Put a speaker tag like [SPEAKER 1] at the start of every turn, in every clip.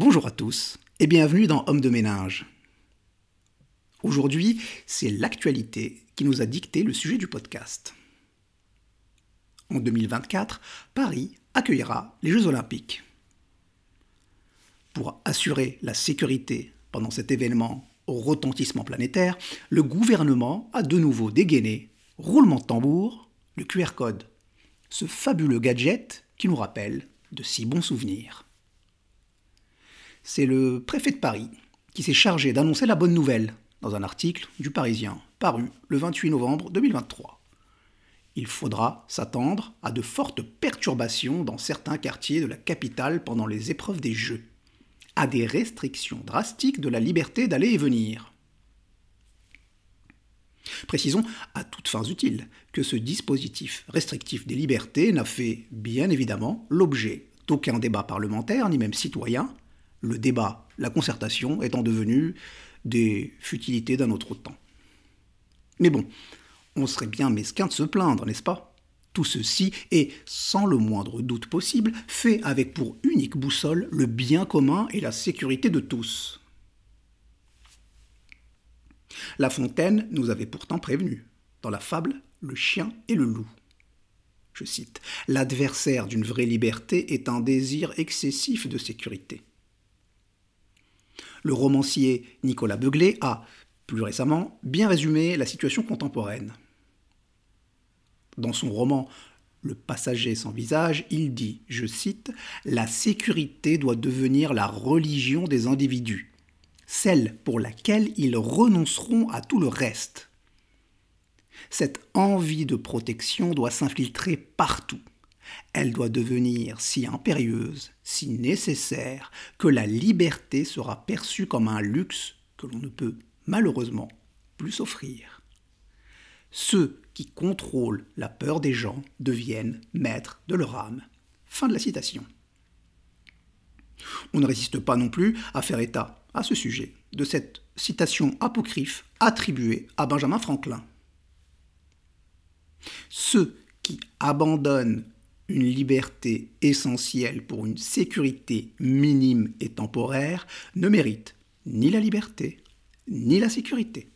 [SPEAKER 1] Bonjour à tous et bienvenue dans Homme de ménage. Aujourd'hui, c'est l'actualité qui nous a dicté le sujet du podcast. En 2024, Paris accueillera les Jeux Olympiques. Pour assurer la sécurité pendant cet événement au retentissement planétaire, le gouvernement a de nouveau dégainé, roulement de tambour, le QR code, ce fabuleux gadget qui nous rappelle de si bons souvenirs. C'est le préfet de Paris qui s'est chargé d'annoncer la bonne nouvelle dans un article du Parisien paru le 28 novembre 2023. Il faudra s'attendre à de fortes perturbations dans certains quartiers de la capitale pendant les épreuves des Jeux, à des restrictions drastiques de la liberté d'aller et venir. Précisons, à toutes fins utiles, que ce dispositif restrictif des libertés n'a fait, bien évidemment, l'objet d'aucun débat parlementaire, ni même citoyen, le débat, la concertation étant devenus des futilités d'un autre temps. Mais bon, on serait bien mesquin de se plaindre, n'est-ce pas ? Tout ceci est, sans le moindre doute possible, fait avec pour unique boussole le bien commun et la sécurité de tous. La Fontaine nous avait pourtant prévenus, dans la fable « Le chien et le loup ». Je cite, « L'adversaire d'une vraie liberté est un désir excessif de sécurité ». Le romancier Nicolas Beuglet a, plus récemment, bien résumé la situation contemporaine. Dans son roman « Le passager sans visage », il dit, je cite, « La sécurité doit devenir la religion des individus, celle pour laquelle ils renonceront à tout le reste. Cette envie de protection doit s'infiltrer partout. Elle doit devenir si impérieuse, si nécessaire, que la liberté sera perçue comme un luxe que l'on ne peut malheureusement plus s'offrir. Ceux qui contrôlent la peur des gens deviennent maîtres de leur âme. » Fin de la citation. On ne résiste pas non plus à faire état, à ce sujet, de cette citation apocryphe attribuée à Benjamin Franklin. Ceux qui abandonnent une liberté essentielle pour une sécurité minime et temporaire ne méritent ni la liberté, ni la sécurité.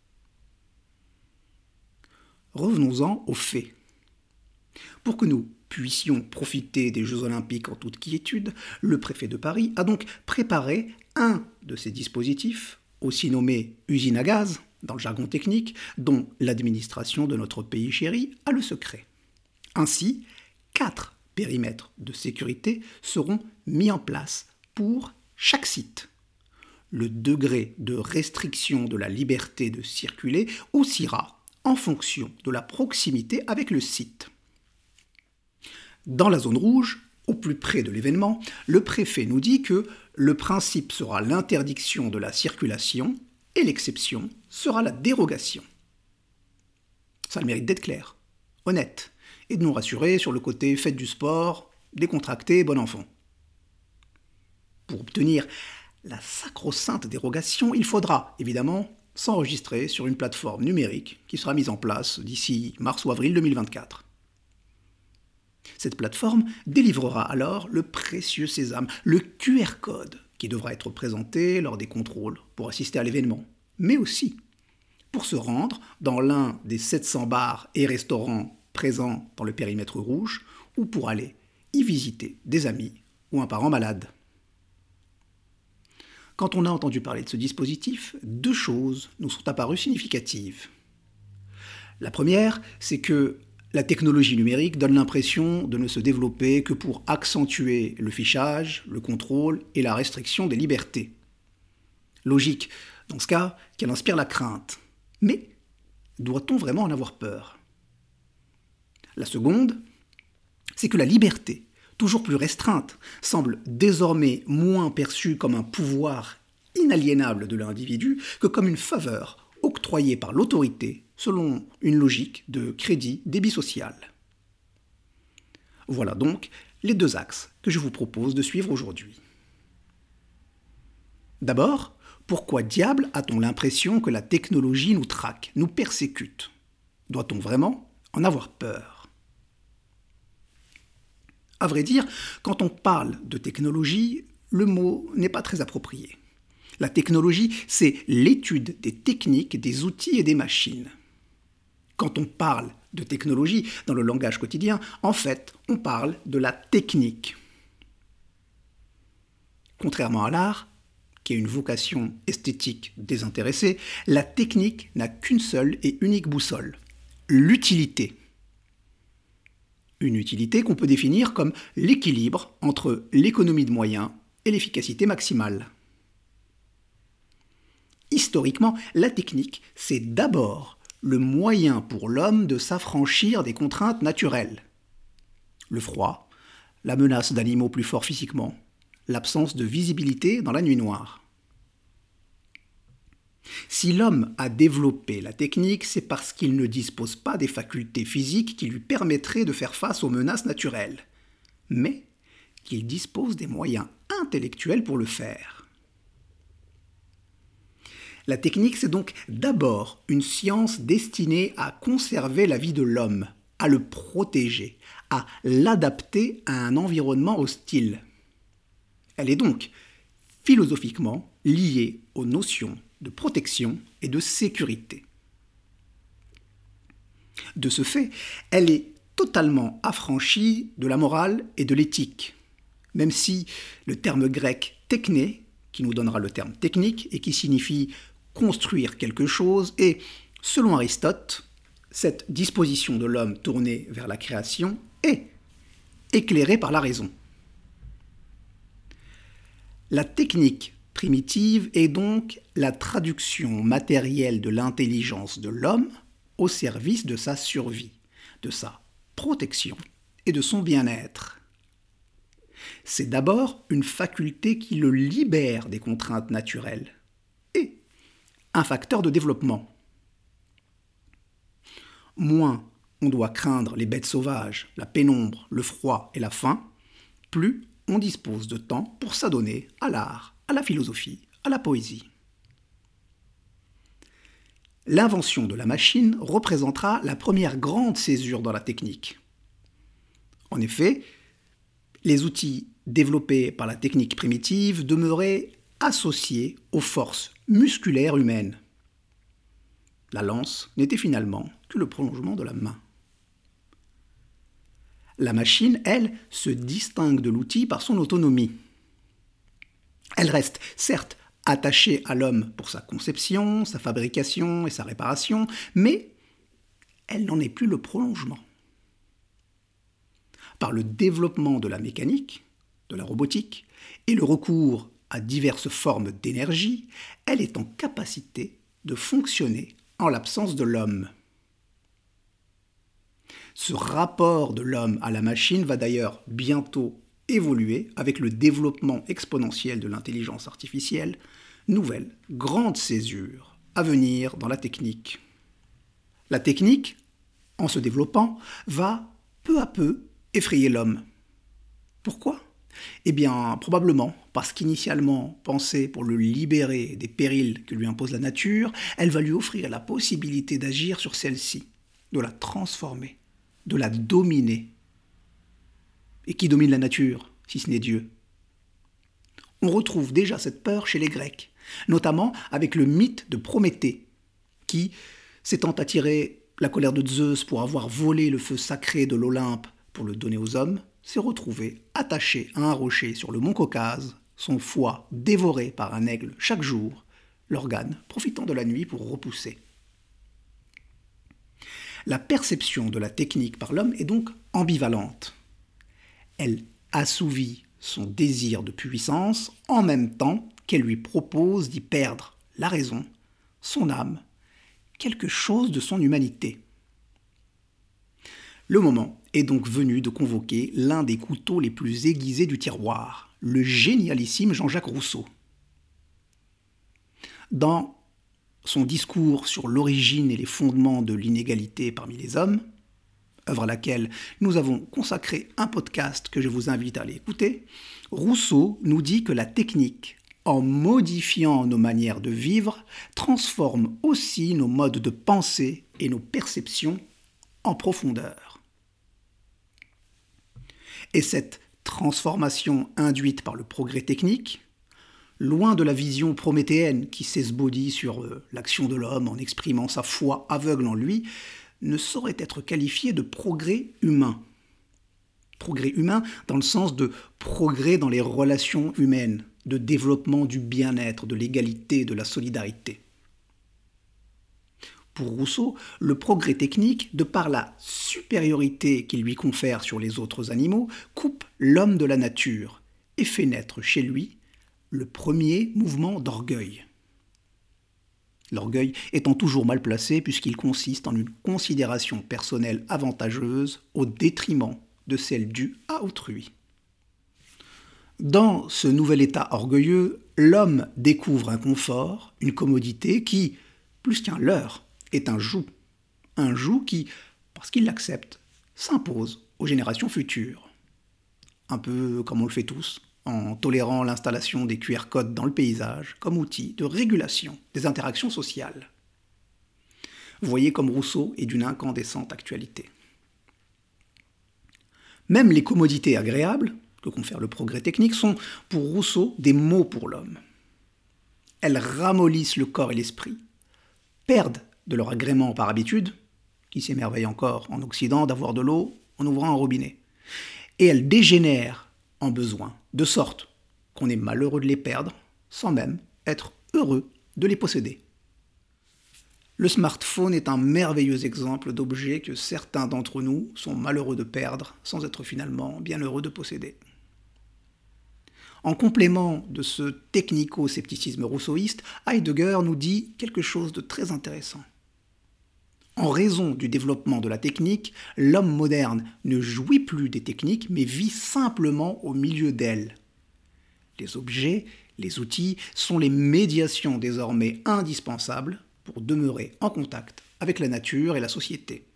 [SPEAKER 1] Revenons-en aux faits. Pour que nous puissions profiter des Jeux Olympiques en toute quiétude, le préfet de Paris a donc préparé un de ces dispositifs, aussi nommé usine à gaz, dans le jargon technique, dont l'administration de notre pays chéri a le secret. Ainsi, 4 périmètres de sécurité seront mis en place pour chaque site. Le degré de restriction de la liberté de circuler oscillera en fonction de la proximité avec le site. Dans la zone rouge, au plus près de l'événement, le préfet nous dit que le principe sera l'interdiction de la circulation et l'exception sera la dérogation. Ça a le mérite d'être clair, honnête, et de nous rassurer sur le côté faites du sport, décontracté, bon enfant. Pour obtenir la sacro-sainte dérogation, il faudra, évidemment, s'enregistrer sur une plateforme numérique qui sera mise en place d'ici mars ou avril 2024. Cette plateforme délivrera alors le précieux sésame, le QR code, qui devra être présenté lors des contrôles pour assister à l'événement, mais aussi pour se rendre dans l'un des 700 bars et restaurants présents dans le périmètre rouge ou pour aller y visiter des amis ou un parent malade. Quand on a entendu parler de ce dispositif, 2 choses nous sont apparues significatives. La première, c'est que la technologie numérique donne l'impression de ne se développer que pour accentuer le fichage, le contrôle et la restriction des libertés. Logique, dans ce cas, qu'elle inspire la crainte. Mais doit-on vraiment en avoir peur ? La seconde, c'est que la liberté, toujours plus restreinte, semble désormais moins perçue comme un pouvoir inaliénable de l'individu que comme une faveur octroyée par l'autorité selon une logique de crédit-débit social. Voilà donc les 2 axes que je vous propose de suivre aujourd'hui. D'abord, pourquoi diable a-t-on l'impression que la technologie nous traque, nous persécute ? Doit-on vraiment en avoir peur ? À vrai dire, quand on parle de technologie, le mot n'est pas très approprié. La technologie, c'est l'étude des techniques, des outils et des machines. Quand on parle de technologie dans le langage quotidien, en fait, on parle de la technique. Contrairement à l'art, qui a une vocation esthétique désintéressée, la technique n'a qu'une seule et unique boussole, l'utilité. Une utilité qu'on peut définir comme l'équilibre entre l'économie de moyens et l'efficacité maximale. Historiquement, la technique, c'est d'abord le moyen pour l'homme de s'affranchir des contraintes naturelles. Le froid, la menace d'animaux plus forts physiquement, l'absence de visibilité dans la nuit noire. Si l'homme a développé la technique, c'est parce qu'il ne dispose pas des facultés physiques qui lui permettraient de faire face aux menaces naturelles, mais qu'il dispose des moyens intellectuels pour le faire. La technique, c'est donc d'abord une science destinée à conserver la vie de l'homme, à le protéger, à l'adapter à un environnement hostile. Elle est donc philosophiquement liée aux notions de protection et de sécurité. De ce fait, elle est totalement affranchie de la morale et de l'éthique, même si le terme grec « techné », qui nous donnera le terme « technique » et qui signifie construire quelque chose, et, selon Aristote, cette disposition de l'homme tournée vers la création est éclairée par la raison. La technique primitive est donc la traduction matérielle de l'intelligence de l'homme au service de sa survie, de sa protection et de son bien-être. C'est d'abord une faculté qui le libère des contraintes naturelles et un facteur de développement. Moins on doit craindre les bêtes sauvages, la pénombre, le froid et la faim, plus on dispose de temps pour s'adonner à l'art, à la philosophie, à la poésie. L'invention de la machine représentera la première grande césure dans la technique. En effet, les outils développés par la technique primitive demeuraient associés aux forces musculaires humaines. La lance n'était finalement que le prolongement de la main. La machine, elle, se distingue de l'outil par son autonomie. Elle reste, certes, attachée à l'homme pour sa conception, sa fabrication et sa réparation, mais elle n'en est plus le prolongement. Par le développement de la mécanique, de la robotique, et le recours à diverses formes d'énergie, elle est en capacité de fonctionner en l'absence de l'homme. Ce rapport de l'homme à la machine va d'ailleurs bientôt évoluer avec le développement exponentiel de l'intelligence artificielle, nouvelle grande césure à venir dans la technique. La technique, en se développant, va peu à peu effrayer l'homme. Pourquoi ? Eh bien, probablement parce qu'initialement pensée pour le libérer des périls que lui impose la nature, elle va lui offrir la possibilité d'agir sur celle-ci, de la transformer, de la dominer. Et qui domine la nature, si ce n'est Dieu ? On retrouve déjà cette peur chez les Grecs, notamment avec le mythe de Prométhée, qui, s'étant attiré la colère de Zeus pour avoir volé le feu sacré de l'Olympe pour le donner aux hommes, s'est retrouvé attaché à un rocher sur le mont Caucase, son foie dévoré par un aigle chaque jour, l'organe profitant de la nuit pour repousser. La perception de la technique par l'homme est donc ambivalente. Elle assouvit son désir de puissance en même temps qu'elle lui propose d'y perdre la raison, son âme, quelque chose de son humanité. Le moment est donc venu de convoquer l'un des couteaux les plus aiguisés du tiroir, le génialissime Jean-Jacques Rousseau. Dans son discours sur l'origine et les fondements de l'inégalité parmi les hommes, œuvre à laquelle nous avons consacré un podcast que je vous invite à aller écouter, Rousseau nous dit que la technique, en modifiant nos manières de vivre, transforme aussi nos modes de pensée et nos perceptions en profondeur. Et cette transformation induite par le progrès technique, loin de la vision prométhéenne qui s'esbaudit sur l'action de l'homme en exprimant sa foi aveugle en lui, ne saurait être qualifiée de progrès humain. Progrès humain dans le sens de progrès dans les relations humaines, de développement du bien-être, de l'égalité, de la solidarité. Pour Rousseau, le progrès technique, de par la supériorité qu'il lui confère sur les autres animaux, coupe l'homme de la nature et fait naître chez lui le premier mouvement d'orgueil. L'orgueil étant toujours mal placé puisqu'il consiste en une considération personnelle avantageuse au détriment de celle due à autrui. Dans ce nouvel état orgueilleux, l'homme découvre un confort, une commodité qui, plus qu'un leurre, est un joug. Un joug qui, parce qu'il l'accepte, s'impose aux générations futures. Un peu comme on le fait tous, en tolérant l'installation des QR codes dans le paysage comme outil de régulation des interactions sociales. Vous voyez comme Rousseau est d'une incandescente actualité. Même les commodités agréables, que confère le progrès technique, sont pour Rousseau des maux pour l'homme. Elles ramollissent le corps et l'esprit, perdent de leur agrément par habitude, qui s'émerveille encore en Occident d'avoir de l'eau en ouvrant un robinet, et elles dégénèrent en besoin, de sorte qu'on est malheureux de les perdre, sans même être heureux de les posséder. Le smartphone est un merveilleux exemple d'objet que certains d'entre nous sont malheureux de perdre, sans être finalement bien heureux de posséder. En complément de ce technico-scepticisme rousseauiste, Heidegger nous dit quelque chose de très intéressant. En raison du développement de la technique, l'homme moderne ne jouit plus des techniques, mais vit simplement au milieu d'elles. Les objets, les outils, sont les médiations désormais indispensables pour demeurer en contact avec la nature et la société.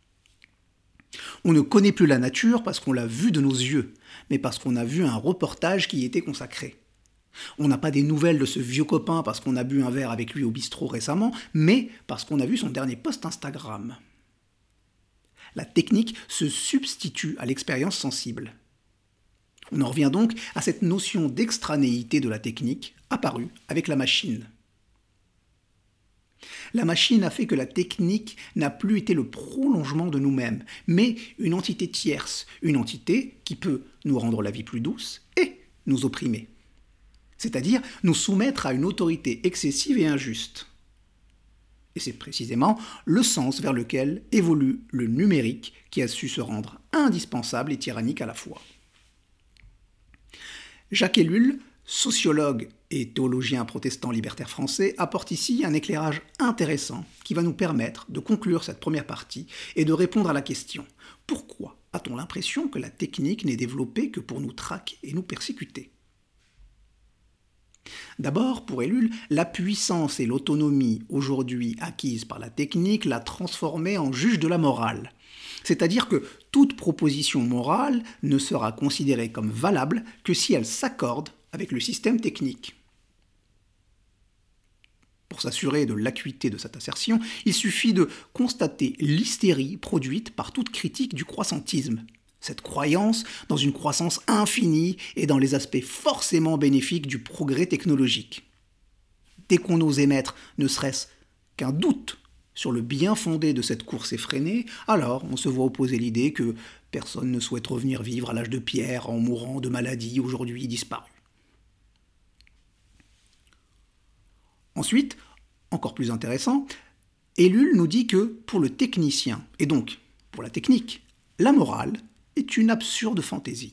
[SPEAKER 1] On ne connaît plus la nature parce qu'on l'a vue de nos yeux, mais parce qu'on a vu un reportage qui y était consacré. On n'a pas des nouvelles de ce vieux copain parce qu'on a bu un verre avec lui au bistrot récemment, mais parce qu'on a vu son dernier post Instagram. La technique se substitue à l'expérience sensible. On en revient donc à cette notion d'extranéité de la technique apparue avec la machine. La machine a fait que la technique n'a plus été le prolongement de nous-mêmes, mais une entité tierce, une entité qui peut nous rendre la vie plus douce et nous opprimer. C'est-à-dire nous soumettre à une autorité excessive et injuste. Et c'est précisément le sens vers lequel évolue le numérique qui a su se rendre indispensable et tyrannique à la fois. Jacques Ellul, sociologue et théologien protestant libertaire français, apporte ici un éclairage intéressant qui va nous permettre de conclure cette première partie et de répondre à la question « Pourquoi a-t-on l'impression que la technique n'est développée que pour nous traquer et nous persécuter ?» D'abord, pour Ellul, la puissance et l'autonomie aujourd'hui acquises par la technique l'a transformée en juge de la morale. C'est-à-dire que toute proposition morale ne sera considérée comme valable que si elle s'accorde avec le système technique. Pour s'assurer de l'acuité de cette assertion, il suffit de constater l'hystérie produite par toute critique du croissantisme. Cette croyance dans une croissance infinie et dans les aspects forcément bénéfiques du progrès technologique. Dès qu'on ose émettre ne serait-ce qu'un doute sur le bien fondé de cette course effrénée, alors on se voit opposer l'idée que personne ne souhaite revenir vivre à l'âge de pierre en mourant de maladies aujourd'hui disparues. Ensuite, encore plus intéressant, Ellul nous dit que pour le technicien, et donc pour la technique, la morale est une absurde fantaisie.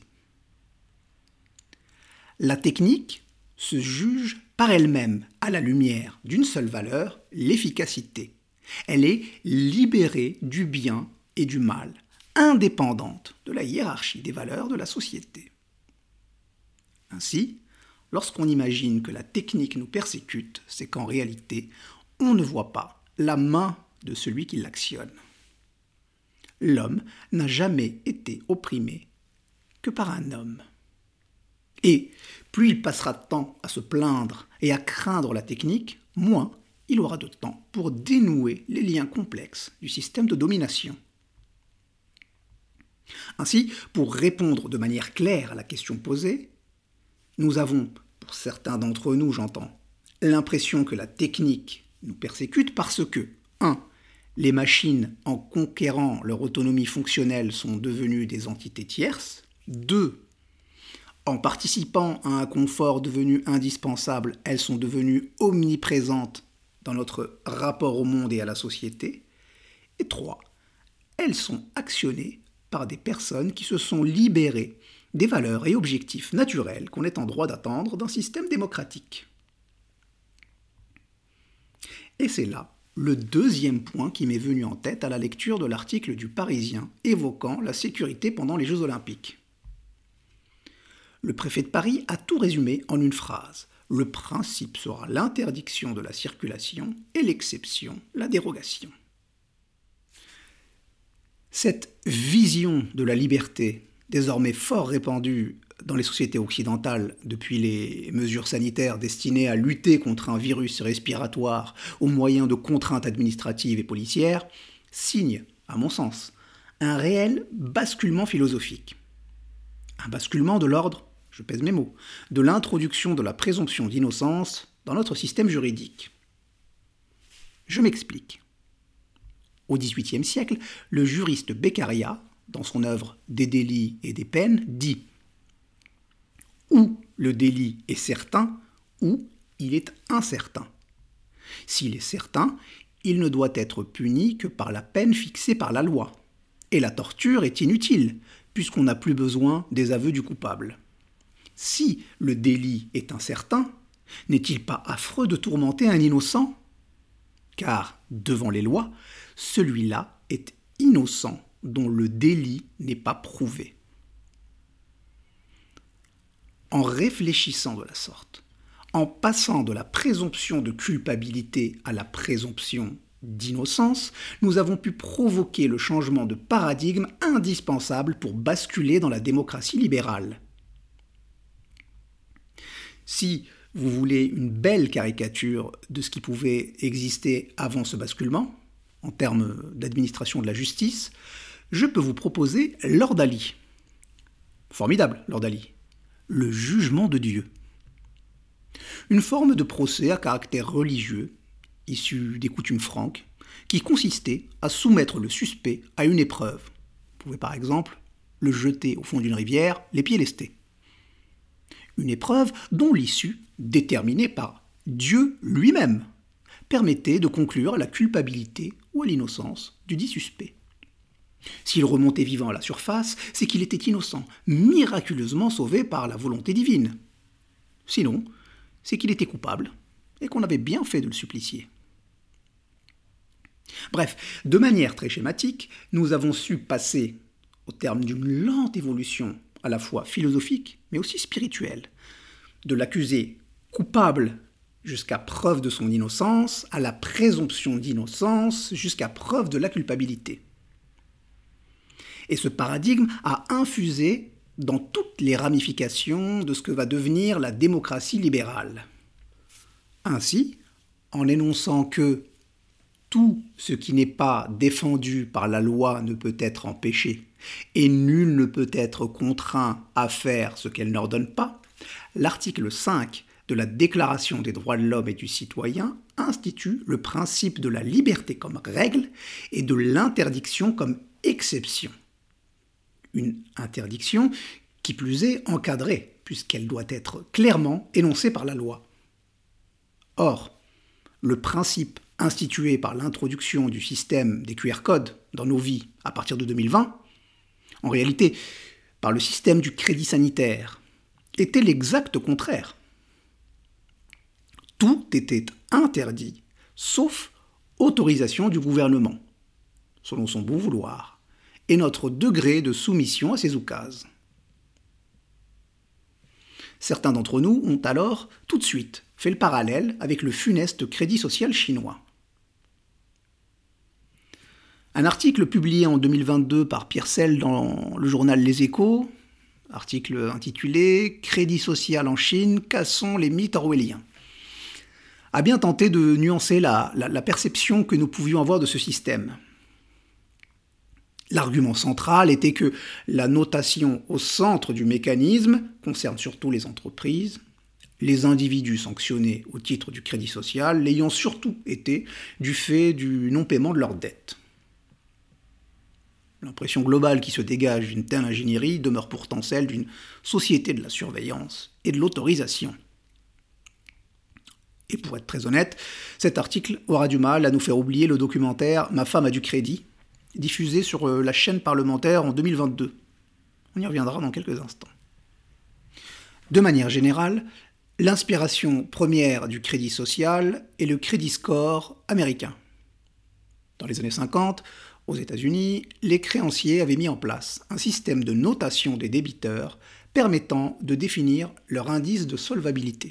[SPEAKER 1] La technique se juge par elle-même à la lumière d'une seule valeur, l'efficacité. Elle est libérée du bien et du mal, indépendante de la hiérarchie des valeurs de la société. Ainsi, lorsqu'on imagine que la technique nous persécute, c'est qu'en réalité, on ne voit pas la main de celui qui l'actionne. L'homme n'a jamais été opprimé que par un homme. Et plus il passera de temps à se plaindre et à craindre la technique, moins il aura de temps pour dénouer les liens complexes du système de domination. Ainsi, pour répondre de manière claire à la question posée, nous avons, pour certains d'entre nous j'entends, l'impression que la technique nous persécute parce que 1. Les machines, en conquérant leur autonomie fonctionnelle, sont devenues des entités tierces. 2. En participant à un confort devenu indispensable, elles sont devenues omniprésentes dans notre rapport au monde et à la société. Et 3. Elles sont actionnées par des personnes qui se sont libérées des valeurs et objectifs naturels qu'on est en droit d'attendre d'un système démocratique. Et c'est là le deuxième point qui m'est venu en tête à la lecture de l'article du Parisien évoquant la sécurité pendant les Jeux Olympiques. Le préfet de Paris a tout résumé en une phrase. Le principe sera l'interdiction de la circulation et l'exception, la dérogation. Cette vision de la liberté, désormais fort répandue dans les sociétés occidentales depuis les mesures sanitaires destinées à lutter contre un virus respiratoire au moyen de contraintes administratives et policières, signe, à mon sens, un réel basculement philosophique. Un basculement de l'ordre, je pèse mes mots, de l'introduction de la présomption d'innocence dans notre système juridique. Je m'explique. Au XVIIIe siècle, le juriste Beccaria, dans son œuvre Des délits et des peines, dit « ou le délit est certain, ou il est incertain. S'il est certain, il ne doit être puni que par la peine fixée par la loi. Et la torture est inutile, puisqu'on n'a plus besoin des aveux du coupable. Si le délit est incertain, n'est-il pas affreux de tourmenter un innocent ? Car, devant les lois, celui-là est innocent dont le délit n'est pas prouvé. » En réfléchissant de la sorte, en passant de la présomption de culpabilité à la présomption d'innocence, nous avons pu provoquer le changement de paradigme indispensable pour basculer dans la démocratie libérale. Si vous voulez une belle caricature de ce qui pouvait exister avant ce basculement, en termes d'administration de la justice, je peux vous proposer l'ordalie. Formidable, l'ordalie. Le jugement de Dieu. Une forme de procès à caractère religieux, issue des coutumes franques, qui consistait à soumettre le suspect à une épreuve. Vous pouvez par exemple le jeter au fond d'une rivière, les pieds lestés. Une épreuve dont l'issue, déterminée par Dieu lui-même, permettait de conclure à la culpabilité ou à l'innocence du dit suspect. S'il remontait vivant à la surface, c'est qu'il était innocent, miraculeusement sauvé par la volonté divine. Sinon, c'est qu'il était coupable et qu'on avait bien fait de le supplicier. Bref, de manière très schématique, nous avons su passer, au terme d'une lente évolution à la fois philosophique, mais aussi spirituelle, de l'accusé coupable jusqu'à preuve de son innocence, à la présomption d'innocence, jusqu'à preuve de la culpabilité. Et ce paradigme a infusé dans toutes les ramifications de ce que va devenir la démocratie libérale. Ainsi, en énonçant que tout ce qui n'est pas défendu par la loi ne peut être empêché, et nul ne peut être contraint à faire ce qu'elle n'ordonne pas, l'article 5 de la Déclaration des droits de l'homme et du citoyen institue le principe de la liberté comme règle et de l'interdiction comme exception. Une interdiction qui plus est encadrée, puisqu'elle doit être clairement énoncée par la loi. Or, le principe institué par l'introduction du système des QR codes dans nos vies à partir de 2020, en réalité par le système du crédit sanitaire, était l'exact contraire. Tout était interdit, sauf autorisation du gouvernement, selon son bon vouloir, et notre degré de soumission à ces oukases. Certains d'entre nous ont alors tout de suite fait le parallèle avec le funeste crédit social chinois. Un article publié en 2022 par Pierre Sell dans le journal Les Échos, article intitulé « Crédit social en Chine, cassons les mythes orwelliens », a bien tenté de nuancer la perception que nous pouvions avoir de ce système. L'argument central était que la notation au centre du mécanisme concerne surtout les entreprises, les individus sanctionnés au titre du crédit social l'ayant surtout été du fait du non-paiement de leurs dettes. L'impression globale qui se dégage d'une telle ingénierie demeure pourtant celle d'une société de la surveillance et de l'autorisation. Et pour être très honnête, cet article aura du mal à nous faire oublier le documentaire « Ma femme a du crédit », diffusé sur la chaîne parlementaire en 2022. On y reviendra dans quelques instants. De manière générale, l'inspiration première du crédit social est le crédit score américain. Dans les années 50, aux États-Unis, les créanciers avaient mis en place un système de notation des débiteurs permettant de définir leur indice de solvabilité.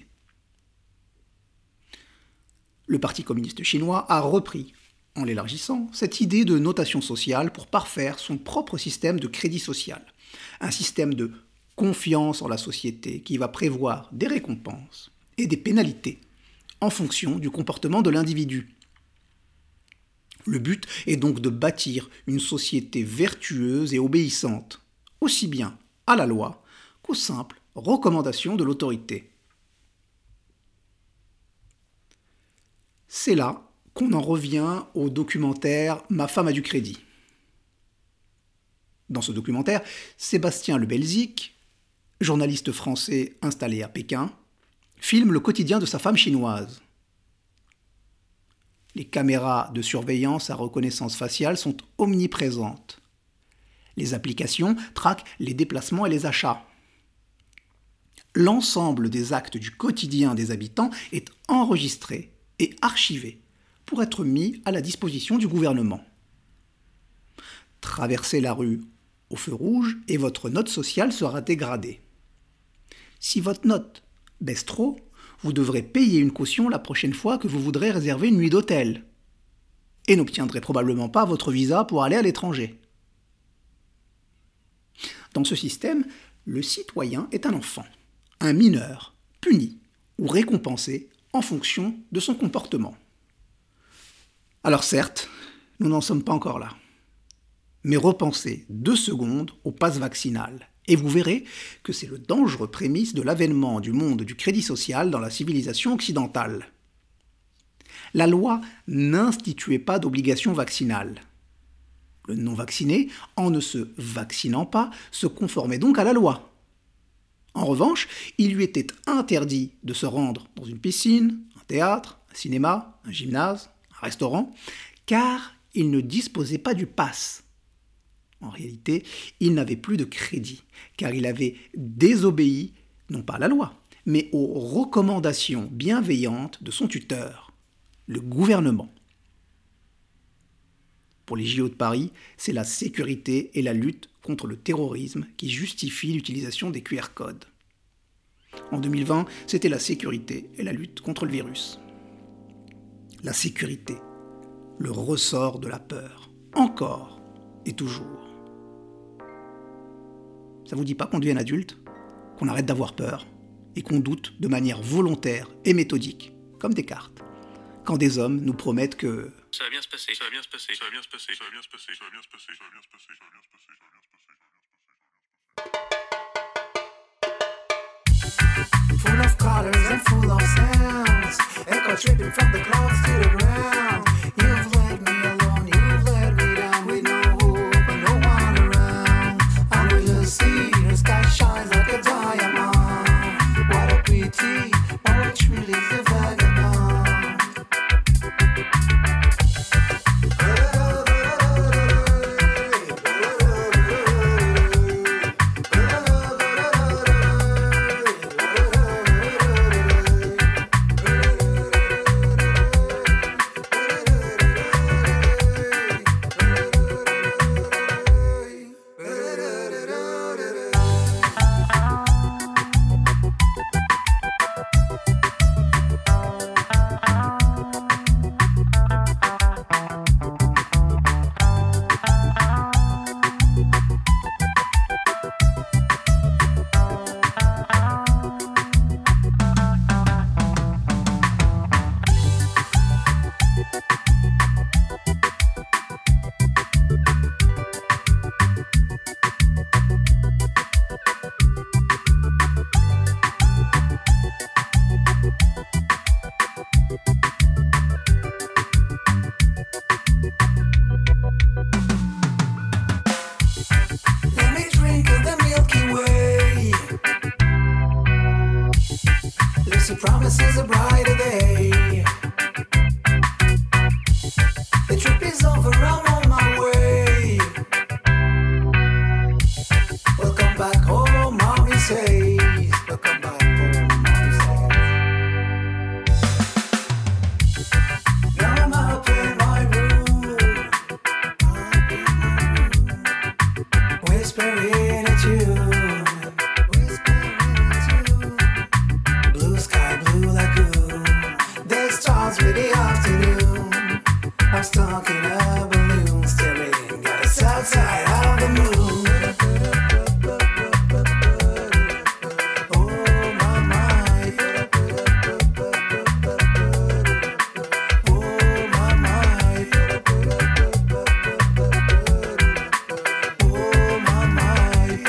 [SPEAKER 1] Le Parti communiste chinois a repris, en l'élargissant, cette idée de notation sociale pour parfaire son propre système de crédit social, un système de confiance en la société qui va prévoir des récompenses et des pénalités en fonction du comportement de l'individu. Le but est donc de bâtir une société vertueuse et obéissante, aussi bien à la loi qu'aux simples recommandations de l'autorité. C'est là qu'on en revient au documentaire « Ma femme a du crédit ». Dans ce documentaire, Sébastien Le Belzic, journaliste français installé à Pékin, filme le quotidien de sa femme chinoise. Les caméras de surveillance à reconnaissance faciale sont omniprésentes. Les applications traquent les déplacements et les achats. L'ensemble des actes du quotidien des habitants est enregistré et archivé pour être mis à la disposition du gouvernement. Traversez la rue au feu rouge et votre note sociale sera dégradée. Si votre note baisse trop, vous devrez payer une caution la prochaine fois que vous voudrez réserver une nuit d'hôtel et n'obtiendrez probablement pas votre visa pour aller à l'étranger. Dans ce système, le citoyen est un enfant, un mineur, puni ou récompensé en fonction de son comportement. Alors certes, nous n'en sommes pas encore là. Mais repensez 2 secondes au pass vaccinal, et vous verrez que c'est le dangereux prémisse de l'avènement du monde du crédit social dans la civilisation occidentale. La loi n'instituait pas d'obligation vaccinale. Le non-vacciné, en ne se vaccinant pas, se conformait donc à la loi. En revanche, il lui était interdit de se rendre dans une piscine, un théâtre, un cinéma, un gymnase, un restaurant, car il ne disposait pas du pass. En réalité, il n'avait plus de crédit, car il avait désobéi, non pas à la loi, mais aux recommandations bienveillantes de son tuteur, le gouvernement. Pour les JO de Paris, c'est la sécurité et la lutte contre le terrorisme qui justifient l'utilisation des QR codes. En 2020, c'était la sécurité et la lutte contre le virus. La sécurité, le ressort de la peur, encore et toujours. Ça vous dit pas qu'on devienne adulte, qu'on arrête d'avoir peur et qu'on doute de manière volontaire et méthodique, comme Descartes, quand des hommes nous promettent que
[SPEAKER 2] ça va bien se passer, ça va bien se passer, ça va bien se passer, ça va bien se passer, ça va bien se passer, ça va bien se passer, ça va bien se passer, ça va bien se passer, ça va bien se passer.
[SPEAKER 3] Full of colors and full of sounds, echo tripping from the clouds to the ground. You've let me alone, you've let me down, with no hope and no one around. Under the sea, the sky shines like a diamond. What a pity, poetry leaves the vagabond. promises a brighter day. The trip is over, I'm on my way. Welcome back home, mommy says. Welcome back home, mommy says. Now I'm up in my room, whispering a tune, blue sky, blue lagoon. The stars with the afternoon. I'm stuck in a balloon, staring at the south side of the moon. Oh my mind. Oh my mind. Oh my mind.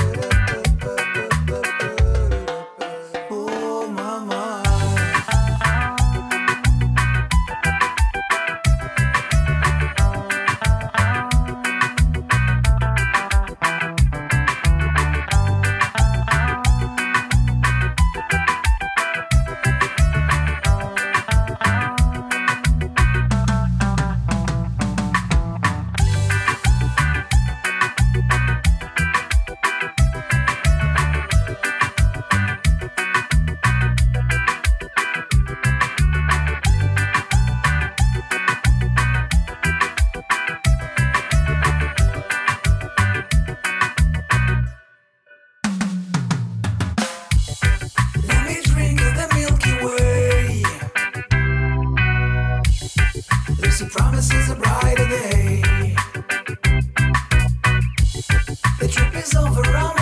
[SPEAKER 3] Oh my mind. Let me drink of the Milky Way. Lucy promises a brighter day. The trip is over, I'm